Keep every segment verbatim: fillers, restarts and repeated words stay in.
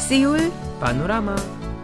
سيول بانوراما.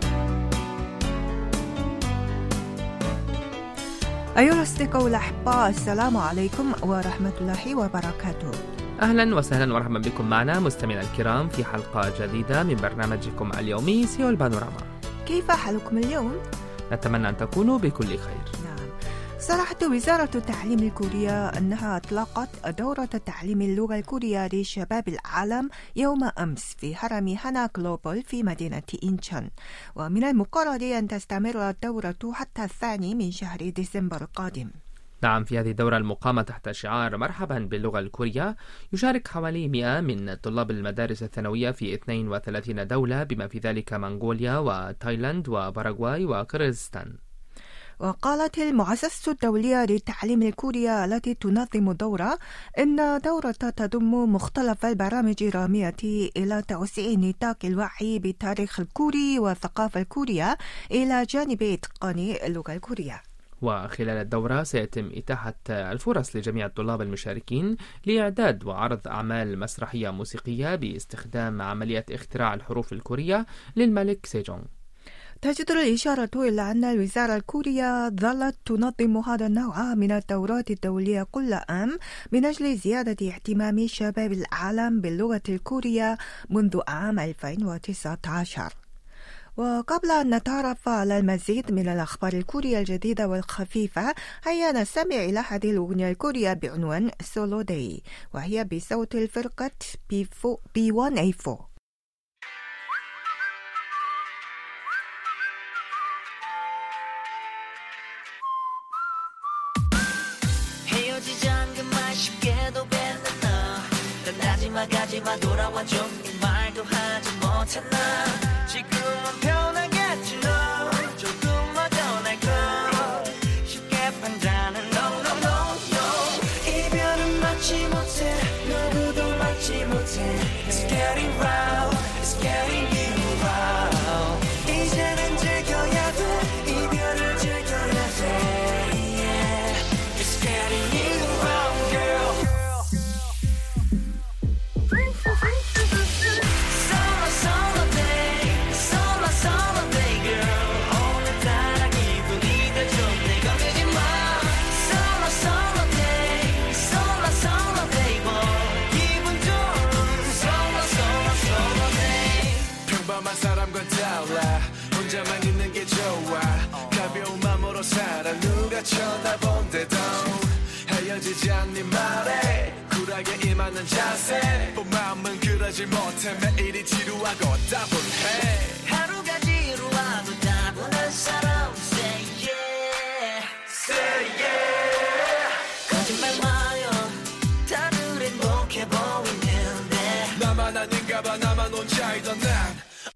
أيها الأصدقاء الأحباء، السلام عليكم ورحمة الله وبركاته. أهلا وسهلا ورحمة بكم معنا مستمعينا الكرام في حلقة جديدة من برنامجكم اليومي سيول بانوراما. كيف حالكم اليوم؟ نتمنى أن تكونوا بكل خير. نعم، صرحت وزارة التعليم الكورية أنها أطلقت دورة تعليم اللغة الكورية لشباب العالم يوم أمس في هرم هانا جلوبال في مدينة إنشون، ومن المقرر أن تستمر الدورة حتى الثاني من شهر ديسمبر القادم. نعم، في هذه الدورة المقامة تحت شعار مرحبا باللغة الكورية يشارك حوالي مئة من طلاب المدارس الثانوية في اثنين وثلاثين دولة، بما في ذلك منغوليا وتايلاند وباراغواي وكيرغيزستان. وقالت المؤسسة الدولية للتعليم الكورية التي تنظم الدورة إن دورة تضم مختلف البرامج الرامية إلى توسيع نطاق الوعي بالتاريخ الكوري والثقافة الكورية إلى جانب إتقان اللغة الكورية. وخلال الدورة سيتم إتاحة الفرص لجميع الطلاب المشاركين لإعداد وعرض أعمال مسرحية موسيقية باستخدام عملية اختراع الحروف الكورية للملك سيجونغ. تجدر الإشارة إلى أن الوزارة الكورية ظلت تنظم هذا النوع من الدورات الدولية كل عام من أجل زيادة اهتمام شباب العالم باللغة الكورية منذ عام ألفين وتسعة عشر. وقبل أن نتعرف على المزيد من الأخبار الكورية الجديدة والخفيفة، هيا نستمع إلى هذه الأغنية الكورية بعنوان سولو داي، وهي بصوت الفرقة بي ون إيه فور. 가지마 돌아와줘 말도 하지 못했나 지금은 편하겠지 너 조금만 더 날 거 쉽게 판단은 no no no no 이별은 막지 못해 누구도 막지 못해 It's getting round It's getting you round 이제는 즐겨야 돼 이별을 즐겨야 돼 yeah It's getting you round girl 혼자만 있는 게 좋아 가벼운 맘으로 살아 누가 쳐다본대도 헤어지지 않는 말에 쿨하게 임하는 자세 본 마음은 그러지 못해 매일이 지루하고 따분해 하루가 지루하고 따분한 사람 Say yeah Say yeah 거짓말 마요 다들 행복해 보이는데 나만 아닌가 봐 나만 혼자이던 난.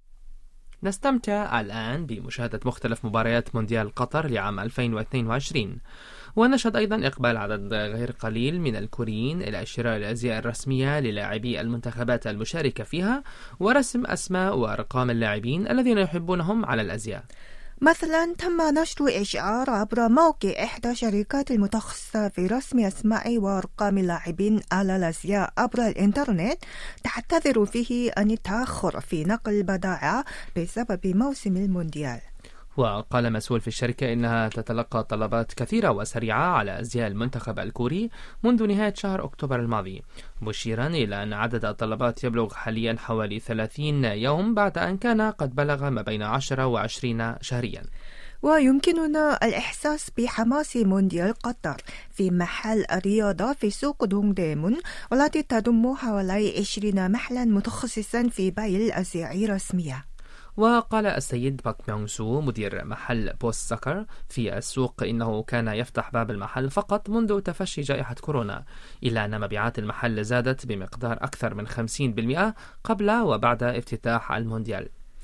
نستمتع الآن بمشاهدة مختلف مباريات مونديال قطر لعام ألفين واثنين وعشرين، ونشهد أيضا إقبال عدد غير قليل من الكوريين إلى شراء الأزياء الرسمية للاعبي المنتخبات المشاركة فيها ورسم أسماء وأرقام اللاعبين الذين يحبونهم على الأزياء. مثلا تم نشر إشعار عبر موقع إحدى الشركات المتخصصة في رسم أسماء وأرقام اللاعبين على الأزياء عبر الإنترنت تعتذر فيه عن التأخر في نقل البضائع بسبب موسم المونديال. وقال مسؤول في الشركة إنها تتلقى طلبات كثيرة وسريعة على أزياء المنتخب الكوري منذ نهاية شهر أكتوبر الماضي، مشيرا إلى أن عدد الطلبات يبلغ حاليا حوالي ثلاثين يوم بعد أن كان قد بلغ ما بين عشرة وعشرين شهريا. ويمكننا الإحساس بحماس مونديال قطر في محل الرياضة في سوق دونغديمون، والتي تضم حوالي عشرين محلا متخصصا في بيع الأزياء الرسمية. وقال السيد باك ميونغ سو مدير محل بوست سكر في السوق إنه كان يفتح باب المحل فقط منذ تفشي جائحة كورونا، إلا أن مبيعات المحل زادت بمقدار أكثر من خمسين بالمئة قبل وبعد افتتاح المونديال.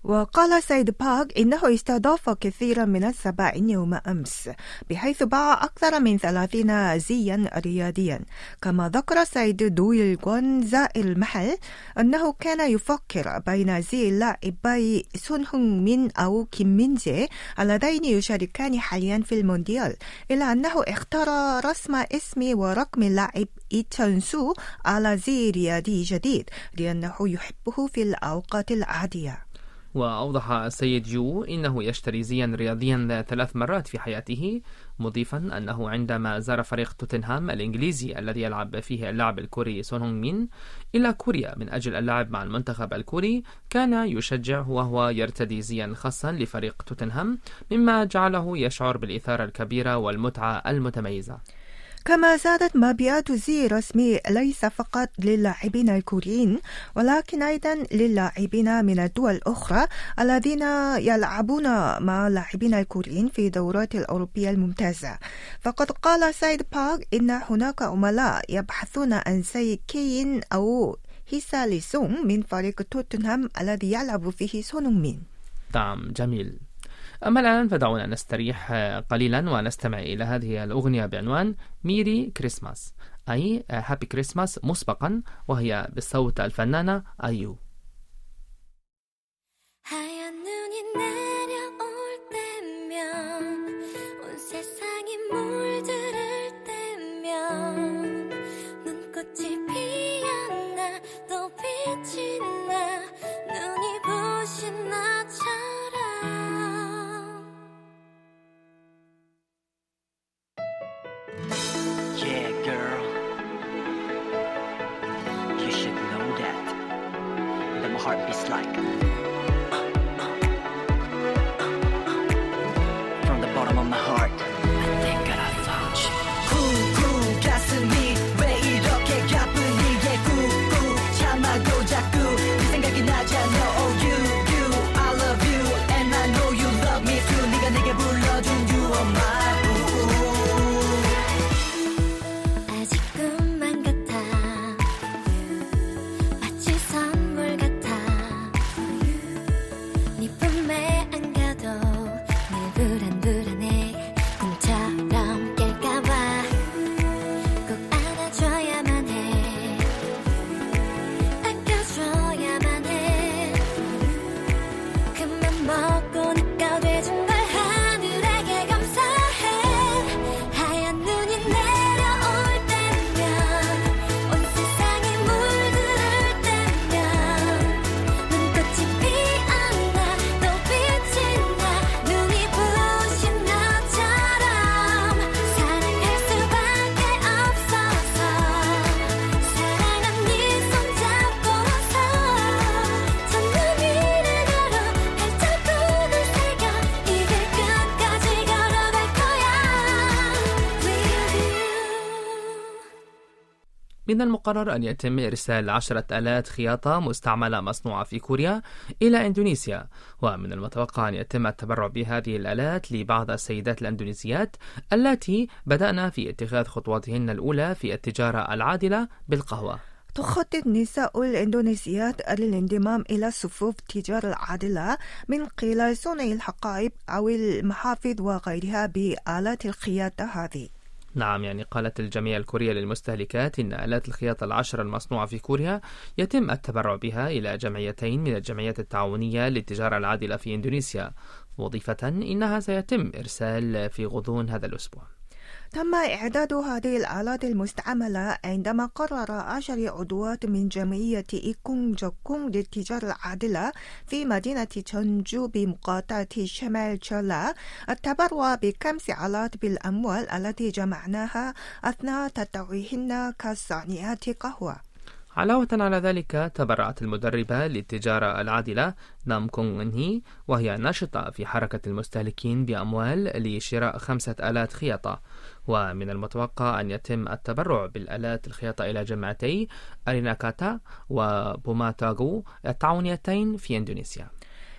وقال سيد بارك إنه استضاف كثيرا من الزبائن يوم أمس بحيث باع أكثر من ثلاثين زيا رياضيا. كما ذكر سيد دويل غون زائر المحل أنه كان يفكر بين زي اللاعبي سون هung min أو كيم من جي اللذين يشاركان حاليا في المونديال، إلا أنه اختار رسم اسم ورقم اللاعب 이 천수 على زي رياضي جديد لأنه يحبه في الأوقات العادية. وأوضح السيد جو إنه يشتري زيا رياضيا ثلاث مرات في حياته، مضيفا أنه عندما زار فريق توتنهام الإنجليزي الذي يلعب فيه اللاعب الكوري سون هونغ مين إلى كوريا من أجل اللعب مع المنتخب الكوري، كان يشجع وهو يرتدي زيا خاصا لفريق توتنهام، مما جعله يشعر بالإثارة الكبيرة والمتعة المتميزة. كما زادت مبيعات زي رسمي ليس فقط للاعبين الكوريين ولكن أيضا للاعبين من الدول الأخرى الذين يلعبون مع اللاعبين الكوريين في دورات الأوروبية الممتازة. فقد قال سيد بارك إن هناك عملاء يبحثون عن سي كين أو هيسا لي سونغ من فريق توتنهام الذي يلعب فيه سون هونغ مين. نعم، جميل. أما الآن فدعونا نستريح قليلا ونستمع إلى هذه الأغنية بعنوان ميري كريسماس، أي هابي كريسماس مسبقا، وهي بالصوت الفنانة أيو. Heart beats like from the bottom of my heart. I think that I found you. Cool, cool, 가슴이 왜 이렇게 가뿐히 꾹꾹 참아도 자꾸 네 생각이 나잖아. Oh you, you, I love you, and I know you love me too. 네가 내게 불러준 you are my boo. 아직 꿈만 같아. 마치 선물 같아. من المقرر أن يتم إرسال عشرة آلات خياطة مستعملة مصنوعة في كوريا إلى إندونيسيا، ومن المتوقع أن يتم التبرع بهذه الآلات لبعض السيدات الأندونيسيات اللاتي بدأن في اتخاذ خطواتهن الأولى في التجارة العادلة بالقهوة. تخطط نساء الإندونيسيات الانضمام إلى صفوف التجارة العادلة من خلال صنع الحقائب أو المحافظ وغيرها بآلات الخياطة هذه. نعم، يعني قالت الجمعية الكورية للمستهلكات إن آلات الخياطة العشرة المصنوعة في كوريا يتم التبرع بها إلى جمعيتين من الجمعيات التعاونية للتجارة العادلة في إندونيسيا، مضيفة إنها سيتم إرسال في غضون هذا الأسبوع. تم إعداد هذه الآلات المستعملة عندما قرر عشر عضوات من جمعية إيكونغ جوكونغ للتجارة العادلة في مدينة جونجو بمقاطعة شمال تشولا التبرع بخمس آلات بالأموال التي جمعناها أثناء تطوعهن كصانعات قهوة. علاوة على ذلك، تبرعت المدربة للتجارة العادلة نام كونغ إنهي وهي ناشطة في حركة المستهلكين بأموال لشراء خمسة آلات خياطة، ومن المتوقع أن يتم التبرع بالآلات الخياطة إلى جمعتي أريناكاتا وبوماتاغو التعاونيتين في إندونيسيا.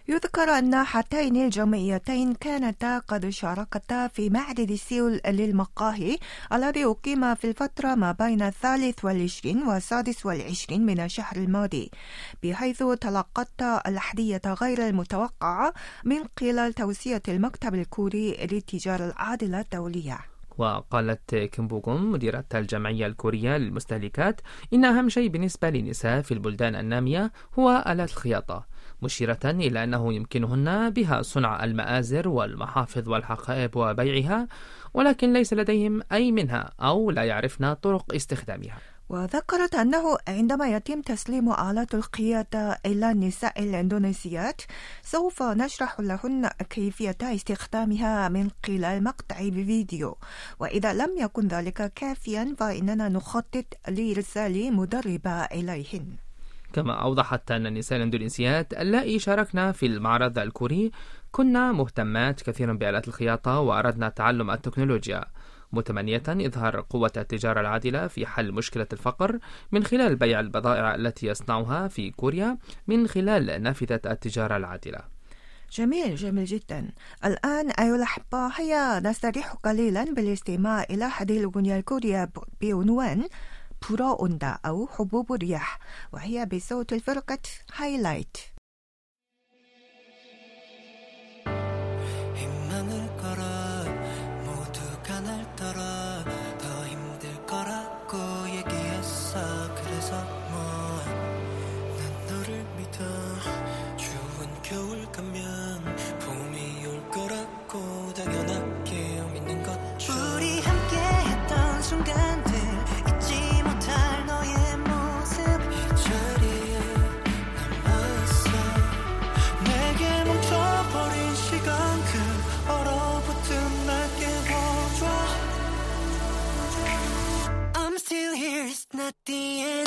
يذكر أن هاتين الجمعيتين كانتا قد شاركتا في معرض سيول للمقاهي الذي أقيم في الفترة ما بين الثالث والعشرين والسادس والعشرين من الشهر الماضي، بحيث تلقت الهدية غير المتوقعة من خلال توصية المكتب الكوري للتجارة العادلة الدولية. وقالت كيم بوغون مديرة الجمعية الكورية للمستهلكات إن أهم شيء بالنسبة للنساء في البلدان النامية هو آلات الخياطة، مشيرة إلى أنه يمكنهن بها صنع المآزر والمحافظ والحقائب وبيعها، ولكن ليس لديهم أي منها أو لا يعرفن طرق استخدامها. وذكرت أنه عندما يتم تسليم آلات الخياطة إلى النساء الإندونيسيات سوف نشرح لهن كيفية استخدامها من خلال مقطع فيديو، وإذا لم يكن ذلك كافيا فإننا نخطط لإرسال مدربة إليهن. كما أوضحت أن النساء الإندونيسيات اللائي شاركنا في المعرض الكوري كنا مهتمات كثيرا بآلات الخياطة وأردنا تعلم التكنولوجيا، متمنية إظهار قوة التجارة العادلة في حل مشكلة الفقر من خلال بيع البضائع التي يصنعها في كوريا من خلال نافذة التجارة العادلة. جميل جميل جدا. الآن أيها الأحبة هيا نستريح قليلا بالاستماع إلى هذه الأغنية الكورية بعنوان 불어온다 أو حبوب الرياح، وهي بصوت الفرقة 하이라이트. Not the end.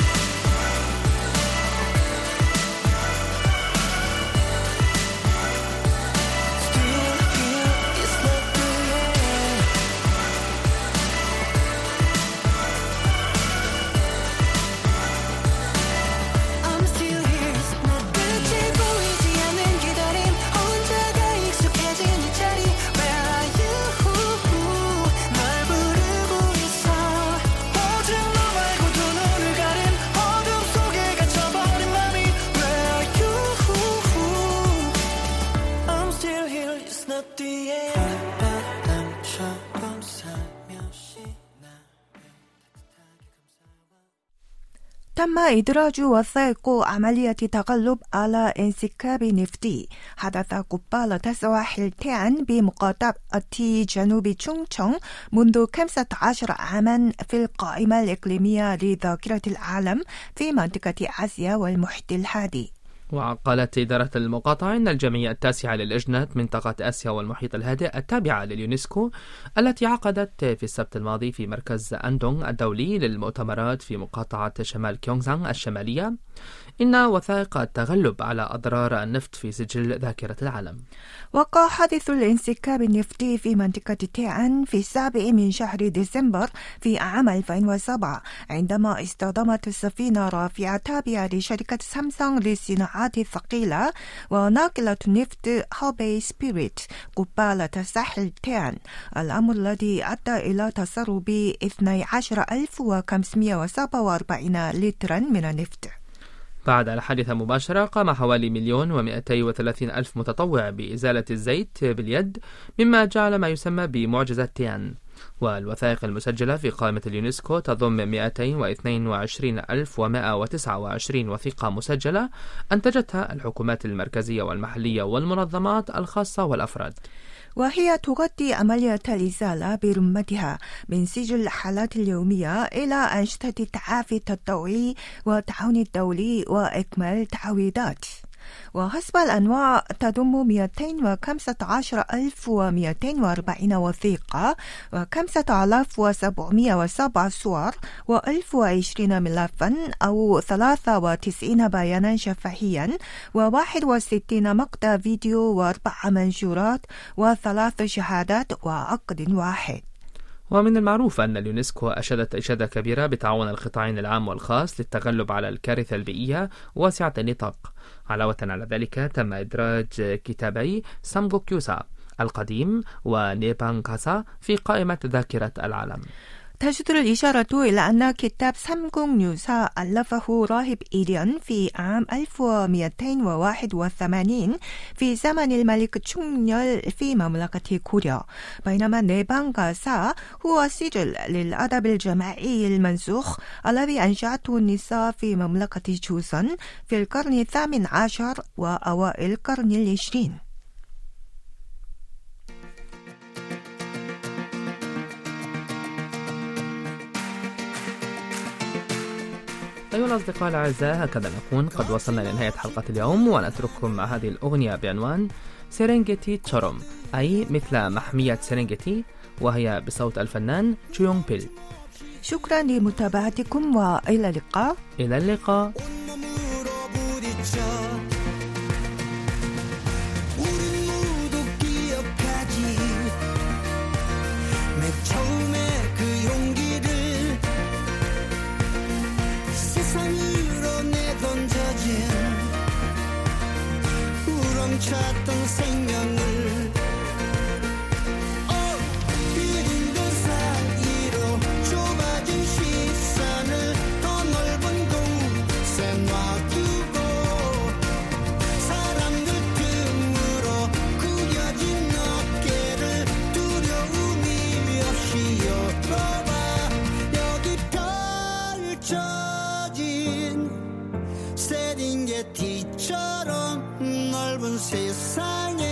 تم إدراج وثائق عملية تغلب على انسكاب نفطي حدث قبالة سواحل تيان بمقاطعة جنوب تشونغتشونغ منذ خمسة عشر عاما في القائمة الإقليمية لذاكرة العالم في منطقة آسيا والمحيط الهادي. وقالت إدارة المقاطعة إن الجمعية التاسعة للجنة منطقة آسيا والمحيط الهادئ التابعة لليونسكو التي عقدت في السبت الماضي في مركز أندونغ الدولي للمؤتمرات في مقاطعة شمال كيونغسان الشمالية إن وثائق التغلب على أضرار النفط في سجل ذاكرة العالم. وقع حادث الانسكاب النفطي في منطقة تيان في السابع من شهر ديسمبر في عام ألفين وسبعة عندما اصطدمت السفينة رافعة تابعة لشركة سامسونج للصناعات الثقيلة وناقلة النفط هوبي سبيريت قبالة ساحل تيان، الأمر الذي أدى إلى تسرب اثني عشر ألف وخمسمائة وسبعة وأربعين لترا من النفط. بعد الحادث مباشرة قام حوالي مليون ومئتي وثلاثين ألف متطوع بإزالة الزيت باليد، مما جعل ما يسمى بمعجزة تيان. والوثائق المسجلة في قائمة اليونسكو تضم مئتين واثنين وعشرين ألف ومئة وتسعة وعشرين وثيقة مسجلة أنتجتها الحكومات المركزية والمحلية والمنظمات الخاصة والأفراد، وهي تغطي عملية الإزالة برمتها من سجل الحالات اليومية إلى أنشطة التعافي التطوعي والتعاون الدولي وإكمال التعويضات. وحسب الأنواع تضم مئتين وخمسة عشر ألف ومئتين وأربعين وثيقة وخمسة آلاف وسبعمائة وسبعة صور وألف وعشرين ملفا أو ثلاثة وتسعين بيانا شفهيا وواحد وستين مقطع فيديو وأربع منشورات وثلاث شهادات وعقد واحد. ومن المعروف أن اليونسكو أشادت إشادة كبيرة بتعاون القطاعين العام والخاص للتغلب على الكارثة البيئية واسعة النطاق. علاوة على ذلك تم إدراج كتابي سامغوكيوسا القديم ونيبانكاسا في قائمة ذاكرة العالم. تجدر الإشارة إلى أن كتاب 삼공유사 ألفه راهب إيريون في عام ألف ومئتين وواحد وثمانين في زمن الملك 충렬 في مملكة 고려، بينما 네방가사 هو سجل للأدب الجماعي المنسوخ الذي أنشأته النساء في مملكة 조선 في القرن الثامن عشر وأوائل القرن العشرين. أيها الأصدقاء الأعزاء، هكذا نكون قد وصلنا لنهاية حلقة اليوم، ونترككم مع هذه الأغنية بعنوان سيرينجيتي تشوروم، أي مثل محمية سيرينجيتي، وهي بصوت الفنان تشيونغ بيل. شكرا لمتابعتكم وإلى اللقاء. إلى اللقاء. 찾던 생명을 비린도 사이로 좁아진 시선을 더 넓은 곳에 놔두고 사람들 틈으로 구겨진 어깨를 두려움이 없이 열어봐. 여기 펼쳐진 세렝게티처럼 넓은 세상에